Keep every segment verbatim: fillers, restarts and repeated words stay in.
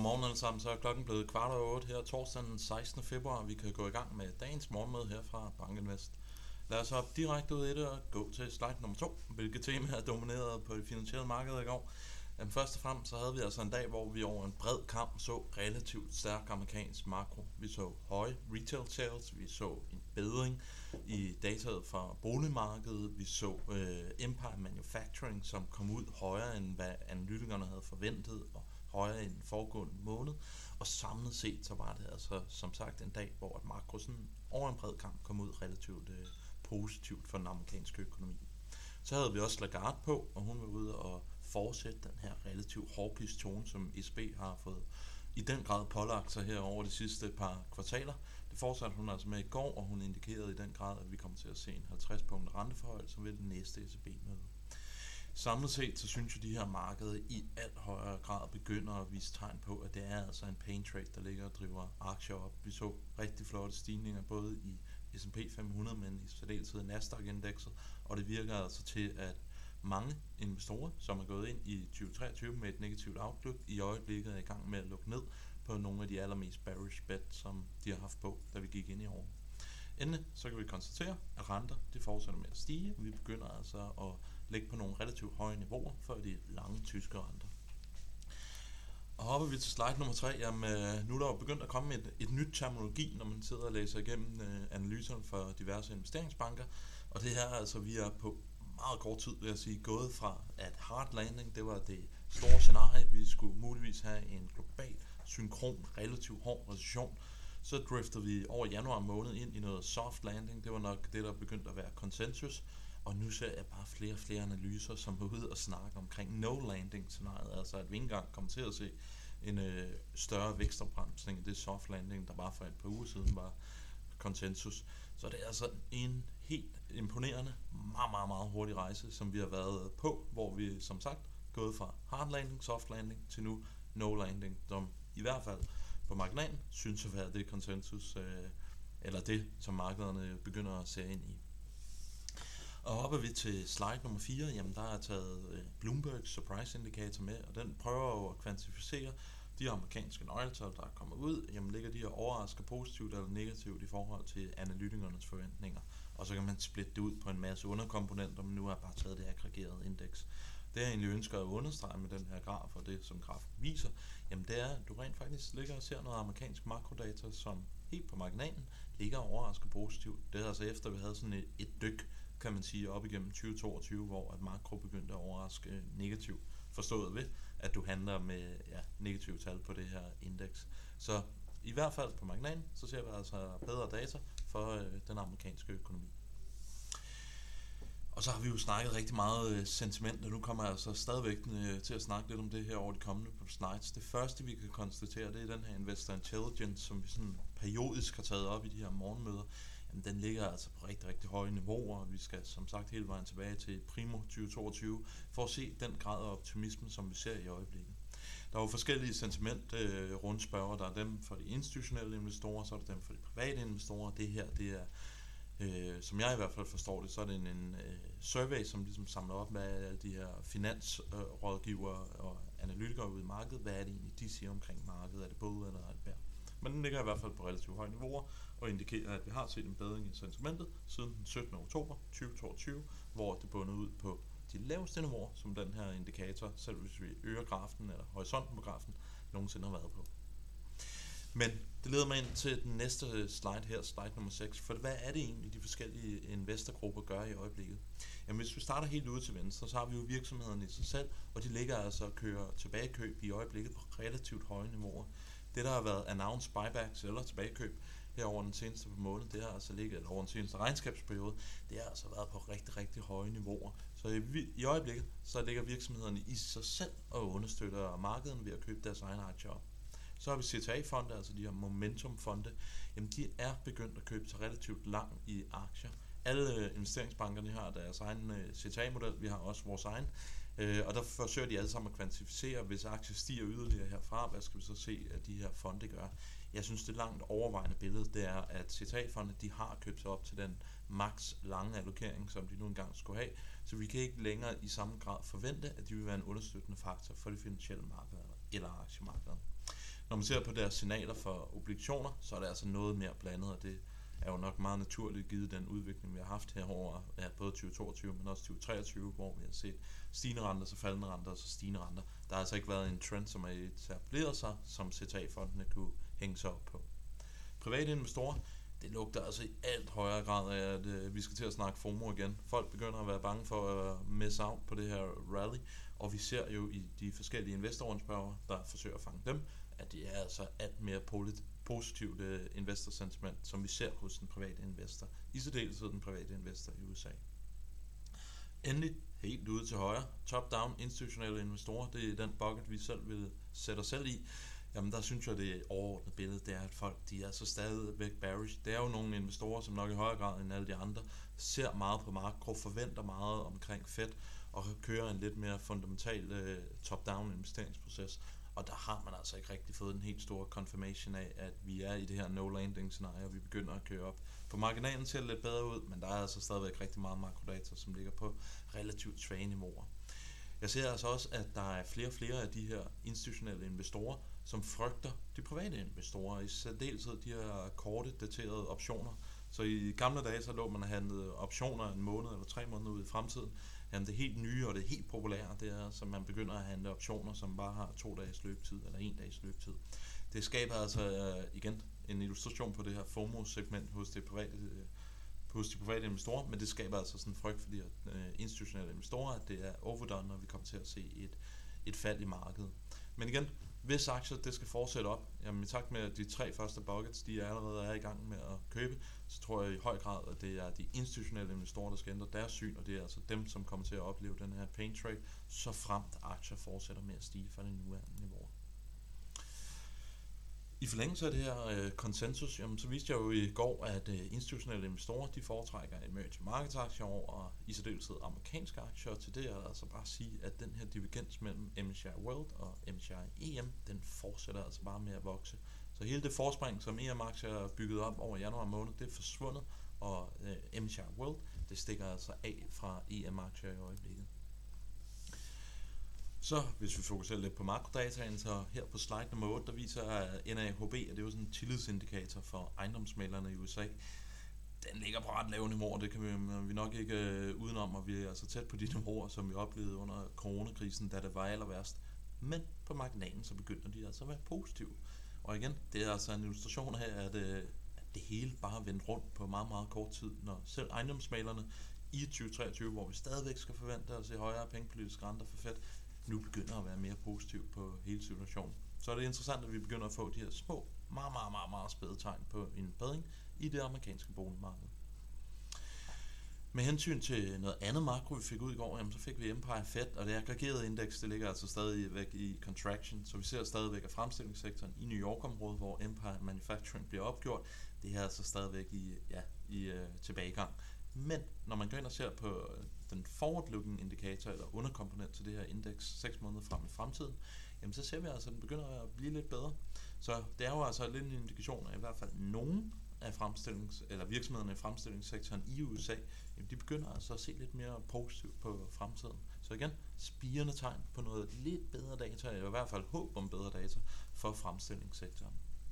Godmorgen alle sammen, så er klokken blevet kvart over otte her torsdag den sekstende februar. Vi kan gå i gang med dagens morgenmøde her fra BankInvest. Lad os hoppe direkte ud i det og gå til slide nummer to, hvilket tema er domineret på de finansielle markeder i går. Jamen, først og fremmest så havde vi altså en dag, hvor vi over en bred kamp så relativt stærk amerikansk makro. Vi så høje retail sales, vi så en bedring i dataet fra boligmarkedet, vi så øh, Empire Manufacturing, som kom ud højere end hvad analytikerne havde forventet, og højere end foregående måned, og samlet set så var det altså som sagt en dag, hvor makro sådan over en bred kamp kom ud relativt øh, positivt for den amerikanske økonomi. Så havde vi også Lagarde på, og hun var ude og fortsætte den her relativt hawkish tone, som E C B har fået i den grad pålagt sig her over de sidste par kvartaler. Det fortsatte hun altså med i går, og hun indikerede i den grad, at vi kommer til at se en halvtreds punkter renteforhøjelse ved den næste E C B-møde. Samlet set, så synes jeg, at de her markeder i alt højere grad begynder at vise tegn på, at det er altså en pain trade, der ligger og driver aktier op. Vi så rigtig flotte stigninger både i S and P fem hundrede, men i særdeleshed Nasdaq-indekset, og det virker altså til, at mange investorer, som er gået ind i tyve treogtyve med et negativt outlook, i øjeblikket er i gang med at lukke ned på nogle af de allermest bearish bet, som de har haft på, da vi gik ind i år. Endelig så kan vi konstatere, at renter de fortsætter med at stige. Vi begynder altså at ligge på nogle relativt høje niveauer for de lange tyske renter. Og hopper vi til slide nummer tre, jamen nu er der jo begyndt at komme et, et nyt terminologi, når man sidder og læser igennem øh, analyserne for diverse investeringsbanker. Og det her altså, vi er på meget kort tid, vil jeg sige, gået fra at hard landing, det var det store scenarie, vi skulle muligvis have en global, synkron, relativt hård recession. Så driftede vi over januar måned ind i noget soft landing, det var nok det, der begyndte at være konsensus. Og nu ser jeg bare flere og flere analyser, som er ude og snakke omkring no-landing-scenariet, altså at vi ikke engang kommer til at se en øh, større vækstopbremsning end det soft landing, der bare for et par uger siden var konsensus. Så det er altså en helt imponerende, meget, meget, meget hurtig rejse, som vi har været på, hvor vi som sagt gået fra hard landing, soft landing til nu no-landing, som i hvert fald på marginalen synes at være det konsensus, øh, eller det, som markederne begynder at se ind i. Og hopper vi til slide nummer fire, jamen der er taget Bloombergs surprise indicator med, og den prøver jo at kvantificere de amerikanske nøgletal, der er kommet ud, jamen ligger de og overrasker positivt eller negativt i forhold til analytikernes forventninger. Og så kan man splitte det ud på en masse underkomponenter, men nu har jeg bare taget det aggregerede indeks. Det jeg egentlig ønsker at understrege med den her graf, og det som grafen viser, jamen det er, at du rent faktisk ligger og ser noget amerikansk makrodata, som helt på marginalen ligger og overrasker positivt. Det er altså efter, vi havde sådan et, et dyk, kan man sige, op igennem tyve toogtyve, hvor at makro begyndte at overraske negativt, forstået ved, at du handler med ja, negative tal på det her indeks. Så i hvert fald på marginalen, så ser vi altså bedre data for øh, den amerikanske økonomi. Og så har vi jo snakket rigtig meget øh, sentiment, og nu kommer jeg altså stadigvæk øh, til at snakke lidt om det her over de kommende slides. Det første, vi kan konstatere, det er den her Investor Intelligence, som vi sådan periodisk har taget op i de her morgenmøder. Jamen, den ligger altså på rigtig, rigtig høje niveauer, og vi skal som sagt hele vejen tilbage til primo tyve toogtyve for at se den grad af optimisme, som vi ser i øjeblikket. Der er jo forskellige sentiment øh, rundspørger. Der er dem for de institutionelle investorer, så er der dem for de private investorer. Det her, det er, øh, som jeg i hvert fald forstår det, så er det en, en øh, survey, som ligesom samler op med alle de her finansrådgivere øh, og analytikere ude i markedet. Hvad er det egentlig, de siger omkring markedet? Er det både eller er det bær? Men den ligger i hvert fald på relativt høje niveauer og indikerer, at vi har set en bedring i sentimentet siden den syttende oktober tyve toogtyve, hvor det bundet ud på de laveste niveauer, som den her indikator, selv hvis vi øger grafen eller horisonten på grafen, nogensinde har været på. Men det leder mig ind til den næste slide her, slide nummer seks, for hvad er det egentlig, de forskellige investorgrupper gør i øjeblikket? Jamen hvis vi starter helt ude til venstre, så har vi jo virksomhederne i sig selv, og de ligger altså og kører tilbagekøb i øjeblikket på relativt høje niveauer. Det, der har været announced buybacks eller tilbagekøb her over den seneste måned, det har altså ligget, eller over den seneste regnskabsperiode, det har altså været på rigtig, rigtig høje niveauer. Så i, i øjeblikket, så ligger virksomhederne i sig selv og understøtter markedet ved at købe deres egne aktier op. Så har vi C T A-fonde, altså de her momentumfonde, jamen de er begyndt at købe sig relativt langt i aktier. Alle investeringsbankerne har deres egen C T A-model, vi har også vores egen. Øh, og der forsøger de alle sammen at kvantificere, hvis aktier stiger yderligere herfra, hvad skal vi så se, at de her fonde gør. Jeg synes, det langt overvejende billede, det er, at C T A-fonde, de har købt sig op til den max lange allokering, som de nu engang skulle have, så vi kan ikke længere i samme grad forvente, at de vil være en understøttende faktor for de finansielle markeder eller aktiemarkederne. Når man ser på deres signaler for obligationer, så er det altså noget mere blandet, og det er jo nok meget naturligt givet den udvikling, vi har haft her over ja, både tyve toogtyve, men også tyve treogtyve, hvor vi har set stigende renter, så faldende renter, og så stigende renter. Der har altså ikke været en trend, som er etableret sig, som C T A-fondene kunne hænge sig op på. Private investorer, det lugter altså i alt højere grad af, at øh, vi skal til at snakke FOMO igen. Folk begynder at være bange for at miss out på det her rally, og vi ser jo i de forskellige investorundersprøver, der forsøger at fange dem, at det er altså alt mere polit- positivt uh, investor sentiment, som vi ser hos den private investor, i særdeleshed den private investor i U S A. Endelig, helt ude til højre, top-down institutionelle investorer, det er den bucket, vi selv vil sætte os selv i. Jamen der synes jeg, det overordnede billede, det er, at folk, de er så stadigvæk bearish. Det er jo nogle investorer, som nok i højere grad end alle de andre, ser meget på makro, forventer meget omkring Fed, og kører en lidt mere fundamental uh, top-down investeringsproces. Og der har man altså ikke rigtig fået den helt store confirmation af, at vi er i det her no-landing-scenarie, og vi begynder at køre op. På marginalen ser det lidt bedre ud, men der er altså stadigvæk rigtig meget makrodata, som ligger på relativt svage niveauer. Jeg ser altså også, at der er flere og flere af de her institutionelle investorer, som frygter de private investorer, i særdeleshed de her korte daterede optioner. Så i gamle dage, så lå man og handlede optioner en måned eller tre måneder ud i fremtiden. Jamen det helt nye og det helt populære, det er, så man begynder at handle optioner, som bare har to dages løbetid eller en dags løbetid. Det skaber altså uh, igen en illustration på det her FOMO-segment hos de private, uh, hos de private investorer, men det skaber altså sådan en frygt for de her uh, institutionelle investorer, at det er overdone, og vi kommer til at se et, et fald i markedet. Men igen, hvis aktier det skal fortsætte op, jamen i takt med at de tre første buckets, de allerede er i gang med at købe, så tror jeg i høj grad, at det er de institutionelle investorer, der skal ændre deres syn, og det er altså dem, som kommer til at opleve den her pain trade, så fremt aktier fortsætter med at stige fra de nuværende niveauer. I forlængelse af det her øh, konsensus, jamen, så viste jeg jo i går, at øh, institutionelle investorer, de foretrækker emerging markets aktier over i særdeleshed amerikanske aktier, og til det er der altså bare at sige, at den her divergens mellem M S C I World og M S C I E M, den fortsætter altså bare med at vokse. Så hele det forspring, som E M-aktier er bygget op over januar måned, det er forsvundet, og øh, M S C I World, det stikker altså af fra E M-aktier i øjeblikket. Så hvis vi fokuserer lidt på makrodataen, så her på slide nummer otte, der viser N A H B, at det er jo sådan en tillidsindikator for ejendomsmæglerne i U S A. Den ligger på ret lave niveauer, det kan vi, vi nok ikke øh, udenom, og vi er altså tæt på de niveauer, som vi oplevede under coronakrisen, da det var aller værst. Men på marginalen, så begynder de altså at være positive. Og igen, det er altså en illustration af, at, øh, at det hele bare er vendt rundt på meget, meget kort tid, når selv ejendomsmæglerne i tyve treogtyve, hvor vi stadigvæk skal forvente at se højere pengepolitiske renter for Fed, nu begynder at være mere positiv på hele situationen. Så er det interessant, at vi begynder at få de her små, meget, meget, meget, meget spæde tegn på en bedring i det amerikanske boligmarked. Med hensyn til noget andet makro, vi fik ud i går, jamen, så fik vi Empire Fed, og det aggregerede indeks, det ligger altså stadig væk i contraction, så vi ser stadigvæk af fremstillingssektoren i New York-området, hvor Empire Manufacturing bliver opgjort. Det her er altså stadigvæk i, ja, i uh, tilbagegang. Men når man går ind og ser på den forward-looking indikator, eller underkomponent til det her indeks seks måneder frem i fremtiden, jamen så ser vi altså, at den begynder at blive lidt bedre. Så det er jo altså lidt en indikation af i hvert fald nogen af fremstillings- eller virksomhederne i fremstillingssektoren i U S A, jamen de begynder altså at se lidt mere positivt på fremtiden. Så igen, spirende tegn på noget lidt bedre data, eller i hvert fald håb om bedre data for fremstillingssektoren.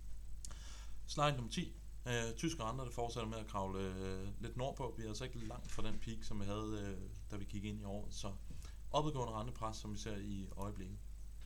Slide nummer ti. Øh, tyske renter, der fortsætter med at kravle øh, lidt nordpå. Vi er altså ikke langt fra den peak, som vi havde, øh, da vi kiggede ind i året. Så opadgående rentepres, som vi ser i øjeblikket.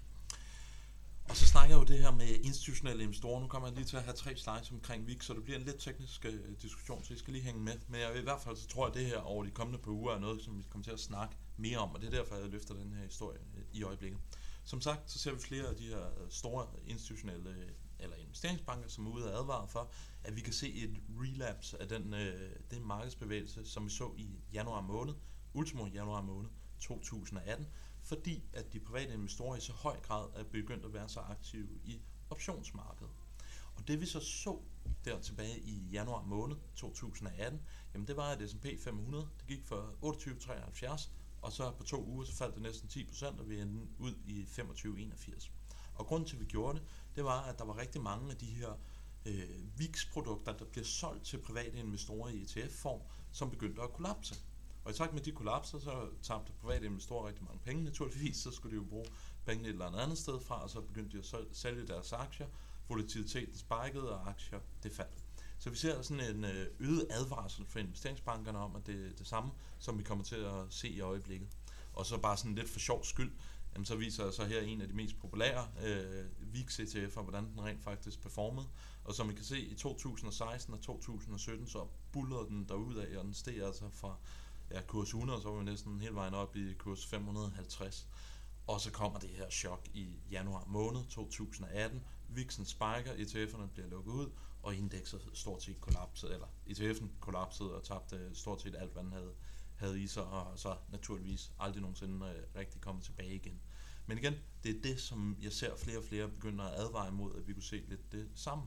Og så snakker jeg jo det her med institutionelle investorer. Nu kommer jeg lige til at have tre slides omkring V I X, så det bliver en lidt teknisk øh, diskussion, så I skal lige hænge med. Men jeg, i hvert fald så tror jeg, at det her over de kommende par uger er noget, som vi kommer til at snakke mere om, og det er derfor, jeg løfter den her historie øh, i øjeblikket. Som sagt, så ser vi flere af de her store institutionelle øh, eller investeringsbanker, som er ude at advare for, at vi kan se et relapse af den, øh, den markedsbevægelse, som vi så i januar måned, ultimo januar måned to tusind atten, fordi at de private investorer i så høj grad er begyndt at være så aktive i optionsmarkedet. Og det vi så så der tilbage i januar måned to tusind atten, jamen det var, at S and P fem hundrede, det gik fra otteogtyve komma treoghalvfjerds, og så på to uger, så faldt det næsten ti procent, og vi endte ud i femogtyve komma enogfirs. Og grunden til, at vi gjorde det, det var, at der var rigtig mange af de her øh, V I X-produkter, der bliver solgt til private investorer i E T F-form, som begyndte at kollapse. Og i takt med de kollapser, så tabte private investorer rigtig mange penge. Naturligvis, så skulle de jo bruge pengene et eller andet andet sted fra, og så begyndte de at sælge deres aktier. Volatiliteten spikede, og aktier det faldt. Så vi ser sådan en øget advarsel for investeringsbankerne om, at det er det samme, som vi kommer til at se i øjeblikket. Og så bare sådan lidt for sjov skyld, jamen så viser jeg så her en af de mest populære øh, V I X E T F'er, hvordan den rent faktisk performede. Og som I kan se i to tusind og seksten og to tusind og sytten, så bullede den derudad, og den steg altså fra ja, kurs hundrede, så var vi næsten hele vejen op i kurs fem hundrede og halvtreds. Og så kommer det her chok i januar måned to tusind og atten. V I X'en spiker, E T F'erne bliver lukket ud, og indekset stort set kollapsede, eller E T F'en kollapsede og tabte stort set alt, hvad den havde, havde i sig, og så naturligvis aldrig nogensinde øh, rigtig kommet tilbage igen. Men igen, det er det, som jeg ser flere og flere begynder at advare imod, at vi kunne se lidt det samme.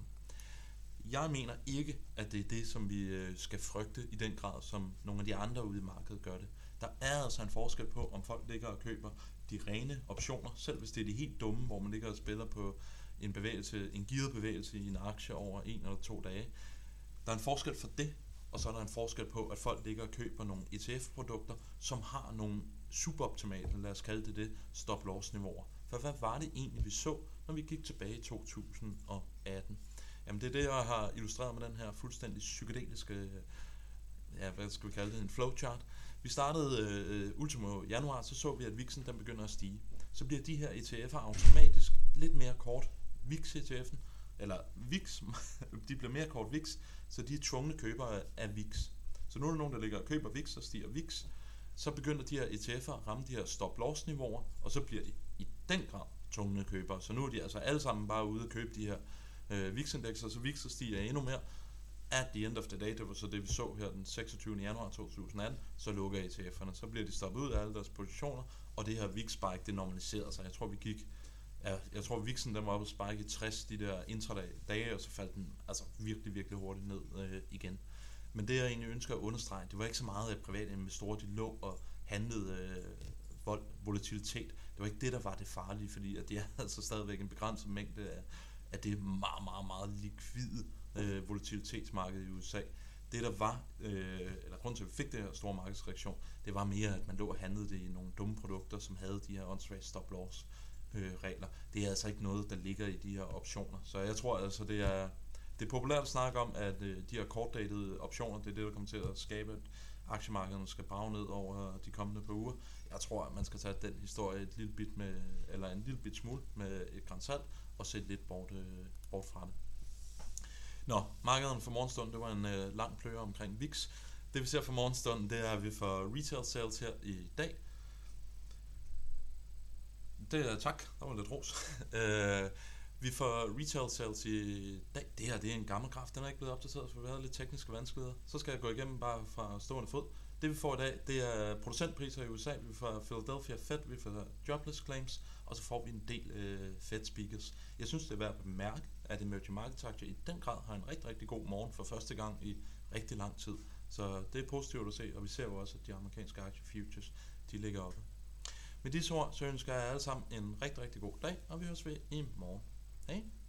Jeg mener ikke, at det er det, som vi skal frygte i den grad, som nogle af de andre ude i markedet gør det. Der er altså en forskel på, om folk ligger og køber de rene optioner, selv hvis det er de helt dumme, hvor man ligger og spiller på en bevægelse, en gearet bevægelse i en aktie over en eller to dage. Der er en forskel for det, og så er der en forskel på, at folk ligger og køber nogle E T F-produkter, som har nogle suboptimale, lad os kalde det det, stop-loss-niveauer. For hvad var det egentlig, vi så, når vi gik tilbage i to tusind og atten? Jamen det er det, jeg har illustreret med den her fuldstændig psykedeliske, ja, hvad skal vi kalde det, en flowchart. Vi startede øh, ultimo januar, så så vi, at V I X'en den begynder at stige. Så bliver de her E T F'er automatisk lidt mere kort V I X-E T F'en, eller V I X, de bliver mere kort V I X, så de er tvungne købere af V I X. Så nu er der nogen, der ligger og køber V I X og stiger V I X, så begynder de her E T F'er at ramme de her stop-loss-niveauer, og så bliver de i den grad tvungne købere. Så nu er de altså alle sammen bare ude og købe de her øh, V I X-indekser, så V I X stiger endnu mere. At the end of the day, det var så det vi så her den seksogtyvende januar to tusind og atten, så lukker E T F'erne, så bliver de stoppet ud af alle deres positioner, og det her V I X-spike, det normaliserede sig. Jeg tror vi gik, ja, jeg tror V I X'en den var oppe at spike i tres de der intradag, og så faldt den altså virkelig, virkelig hurtigt ned øh, igen. Men det jeg egentlig ønsker at understrege, det var ikke så meget, at private investorer de lå og handlede øh, volatilitet. Det var ikke det, der var det farlige, fordi at det er altså stadigvæk en begrænset mængde af, af det meget, meget, meget likvide øh, volatilitetsmarked i U S A. Det der var, øh, eller grund til at vi fik det her store markedsreaktion, det var mere, at man lå og handlede det i nogle dumme produkter, som havde de her on-trade stop-loss øh, regler. Det er altså ikke noget, der ligger i de her optioner. Så jeg tror altså, det er Det er populært at snakke om, at øh, de her kortdatede optioner, det er det, der kommer til at skabe, at aktiemarkederne skal brage ned over de kommende par uger. Jeg tror, at man skal tage den historie et lille bit med, eller en lille bit smule med et gran salt, og sætte lidt bort, øh, bort fra det. Nå, markederne for morgenstunden, det var en øh, lang pløje omkring V I X. Det vi ser for morgenstunden, det er, at vi får retail sales her i dag. Det er tak, der var lidt ros. øh, Vi får retail sales i dag. Det her det er en gammel graf, den er ikke blevet opdateret, for vi havde lidt tekniske vanskeligheder. Så skal jeg gå igennem bare fra stående fod. Det vi får i dag, det er producentpriser i U S A, vi får Philadelphia Fed, vi får jobless claims, og så får vi en del øh, Fed speakers. Jeg synes, det er værd at bemærke, at emerging market aktier i den grad har en rigtig, rigtig god morgen for første gang i rigtig lang tid. Så det er positivt at se, og vi ser jo også, at de amerikanske aktie futures, de ligger oppe. Med disse ord, så ønsker jeg alle sammen en rigtig, rigtig god dag, og vi høres ved i morgen. Hey.